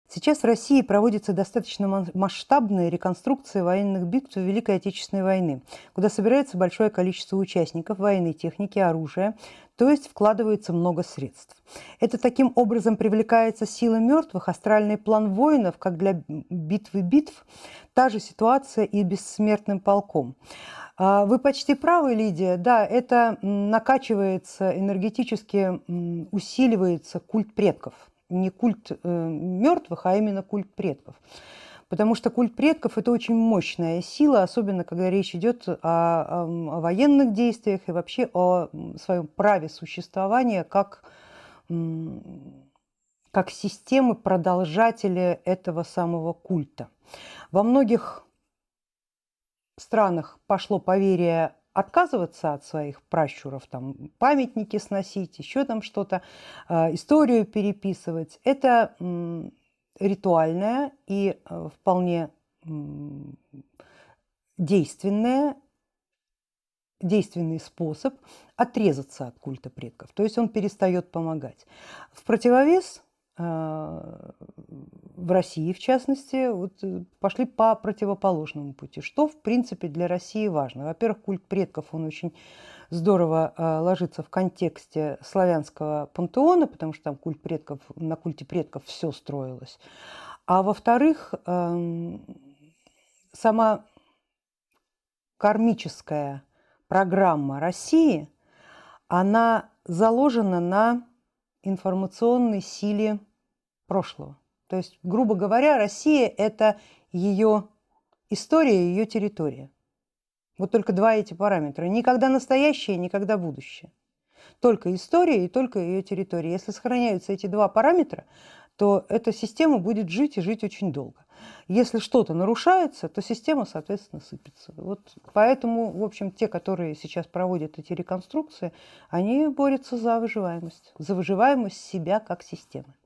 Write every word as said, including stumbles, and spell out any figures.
Сейчас в России проводится достаточно масштабная реконструкция военных битв Великой Отечественной войны, куда собирается большое количество участников, военной техники, оружия, то есть вкладывается много средств. Это таким образом привлекается сила мертвых, астральный план воинов, как для битвы битв, та же ситуация и бессмертным полком. Вы почти правы, Лидия, да, это накачивается энергетически, усиливается культ предков. Не культ э, мертвых, а именно культ предков. Потому что культ предков – это очень мощная сила, особенно когда речь идет о, о, о военных действиях и вообще о своем праве существования как, как системы продолжателя этого самого культа. Во многих странах пошло поверье отказываться от своих пращуров, там, памятники сносить, еще там что-то, э, историю переписывать. Это э, ритуальное и э, вполне э, действенное, действенный способ отрезаться от культа предков. То есть он перестает помогать. В противовес в России, в частности, вот пошли по противоположному пути, что, в принципе, для России важно. Во-первых, культ предков, он очень здорово ложится в контексте славянского пантеона, потому что там культ предков, на культе предков все строилось. А во-вторых, сама кармическая программа России, она заложена на информационной силе прошлого. То есть, грубо говоря, Россия – это ее история, ее территория. Вот только два эти параметра. Никогда настоящее, никогда будущее. Только история и только ее территория. Если сохраняются эти два параметра, то эта система будет жить и жить очень долго. Если что-то нарушается, то система, соответственно, сыпется. Вот поэтому, в общем, те, которые сейчас проводят эти реконструкции, они борются за выживаемость, за выживаемость себя как системы.